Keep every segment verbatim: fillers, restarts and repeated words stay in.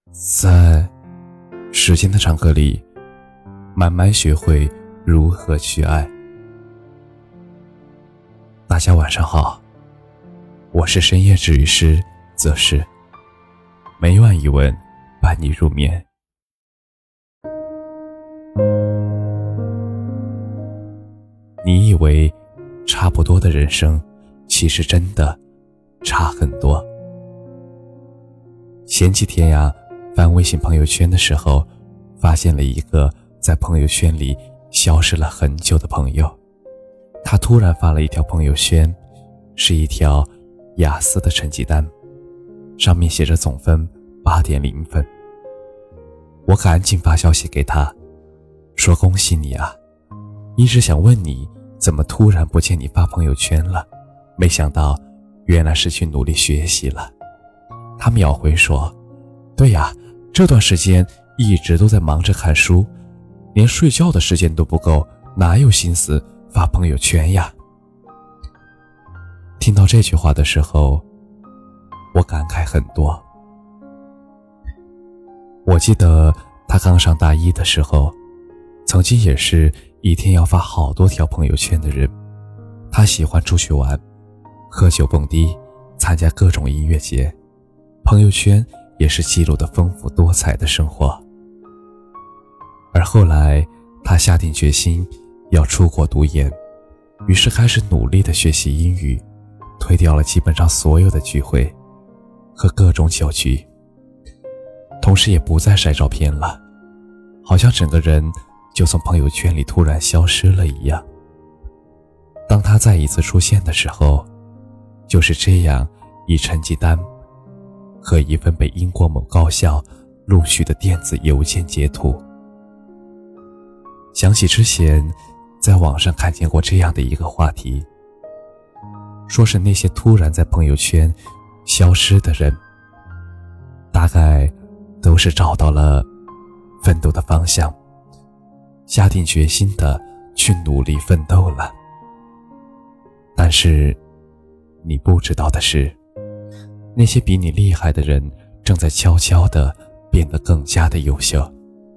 在时间的长河里，慢慢学会如何去爱。大家晚上好，我是深夜治愈师则是，每晚一问伴你入眠。你以为差不多的人生，其实真的差很多。前几天呀，翻微信朋友圈的时候，发现了一个在朋友圈里消失了很久的朋友。他突然发了一条朋友圈，是一条雅思的成绩单，上面写着总分 八点零 分。我赶紧发消息给他，说恭喜你啊，一直想问你怎么突然不见你发朋友圈了，没想到原来是去努力学习了。他秒回说，对呀，这段时间一直都在忙着看书，连睡觉的时间都不够，哪有心思发朋友圈呀？听到这句话的时候，我感慨很多。我记得他刚上大一的时候，曾经也是一天要发好多条朋友圈的人。他喜欢出去玩，喝酒蹦迪，参加各种音乐节，朋友圈也是记录的丰富多彩的生活。而后来他下定决心要出国读研，于是开始努力的学习英语，推掉了基本上所有的聚会和各种酒局，同时也不再晒照片了，好像整个人就从朋友圈里突然消失了一样。当他再一次出现的时候，就是这样以成绩单和一份被英国某高校录取的电子邮件截图。想起之前在网上看见过这样的一个话题，说是那些突然在朋友圈消失的人，大概都是找到了奋斗的方向，下定决心的去努力奋斗了。但是你不知道的是，那些比你厉害的人正在悄悄地变得更加的优秀。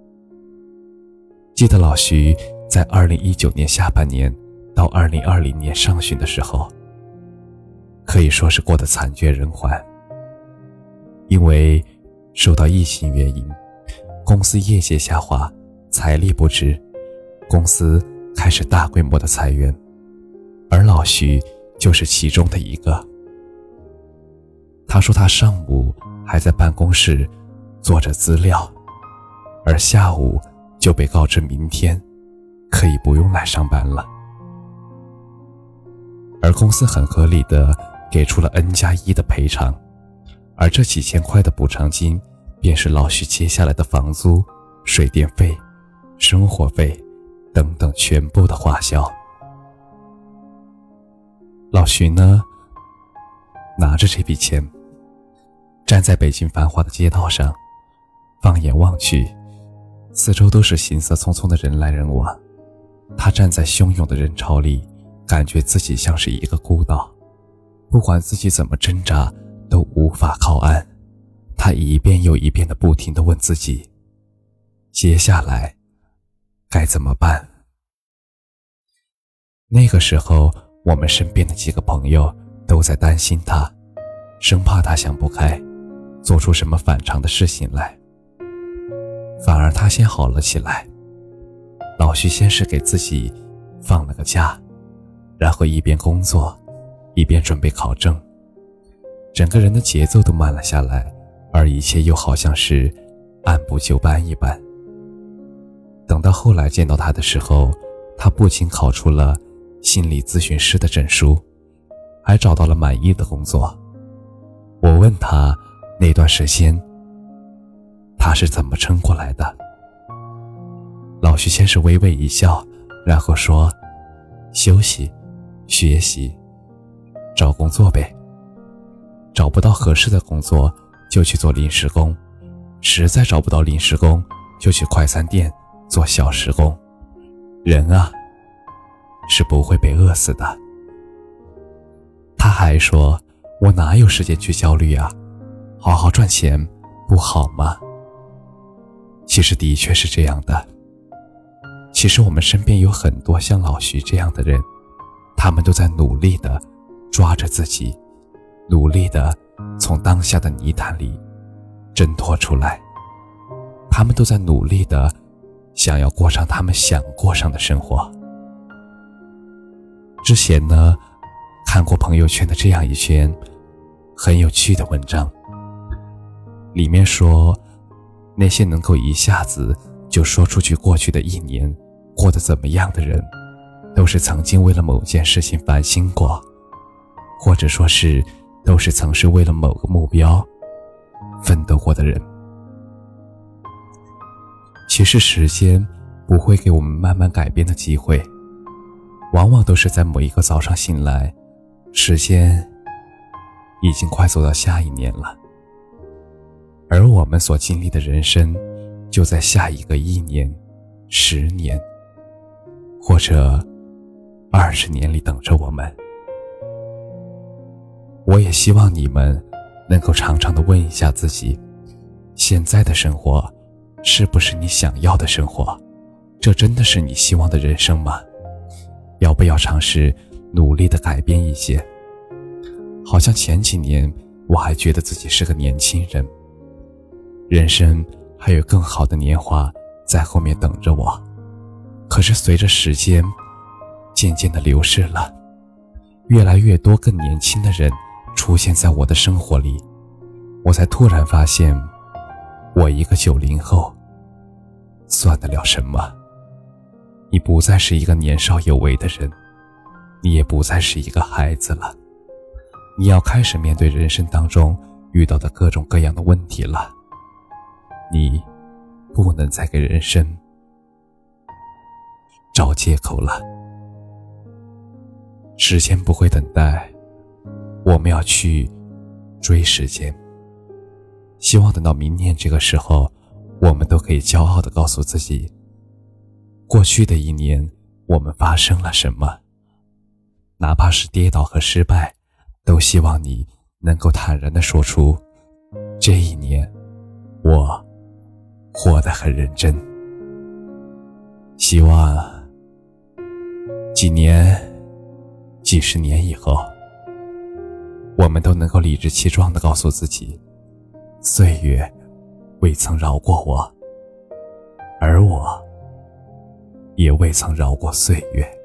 记得老徐在二零一九年下半年到二零二零年上旬的时候，可以说是过得惨绝人寰。因为受到疫情原因，公司业绩下滑，财力不支，公司开始大规模的裁员，而老徐就是其中的一个。他说他上午还在办公室做着资料，而下午就被告知明天可以不用来上班了。而公司很合理的给出了 N 加一 的赔偿，而这几千块的补偿金便是老徐接下来的房租、水电费、生活费等等全部的花销。老徐呢，拿着这笔钱，站在北京繁华的街道上，放眼望去，四周都是行色匆匆的人来人往。他站在汹涌的人潮里，感觉自己像是一个孤岛，不管自己怎么挣扎都无法靠岸。他一遍又一遍地不停地问自己，接下来该怎么办？那个时候我们身边的几个朋友都在担心他，生怕他想不开，做出什么反常的事情来。反而他先好了起来。老徐先是给自己放了个假，然后一边工作一边准备考证，整个人的节奏都慢了下来，而一切又好像是按部就班一般。等到后来见到他的时候，他不仅考出了心理咨询师的证书，还找到了满意的工作。我问他那段时间他是怎么撑过来的。老徐先是微微一笑，然后说，休息、学习、找工作呗。找不到合适的工作就去做临时工，实在找不到临时工就去快餐店做小时工。人啊，是不会被饿死的。他还说，我哪有时间去焦虑啊，好好赚钱不好吗？ 其实的确是这样的。其实我们身边有很多像老徐这样的人，他们都在努力地抓着自己，努力地从当下的泥潭里挣脱出来。他们都在努力地想要过上他们想过上的生活。之前呢，看过朋友圈的这样一篇很有趣的文章，里面说，那些能够一下子就说出去过去的一年过得怎么样的人，都是曾经为了某件事情烦心过，或者说是都是曾是为了某个目标奋斗过的人。其实时间不会给我们慢慢改变的机会，往往都是在某一个早上醒来，时间已经快走到下一年了，而我们所经历的人生就在下一个一年、十年或者二十年里等着我们。我也希望你们能够常常地问一下自己，现在的生活是不是你想要的生活？这真的是你希望的人生吗？要不要尝试努力地改变一些？好像前几年我还觉得自己是个年轻人，人生还有更好的年华在后面等着我。可是随着时间渐渐地流逝了，越来越多更年轻的人出现在我的生活里，我才突然发现，我一个九零后算得了什么？你不再是一个年少有为的人，你也不再是一个孩子了，你要开始面对人生当中遇到的各种各样的问题了。你不能再给人生找借口了。时间不会等待，我们要去追时间。希望等到明年这个时候，我们都可以骄傲地告诉自己，过去的一年我们发生了什么，哪怕是跌倒和失败，都希望你能够坦然地说出，这一年我活得很认真。希望几年几十年以后，我们都能够理直气壮地告诉自己，岁月未曾饶过我，而我也未曾饶过岁月。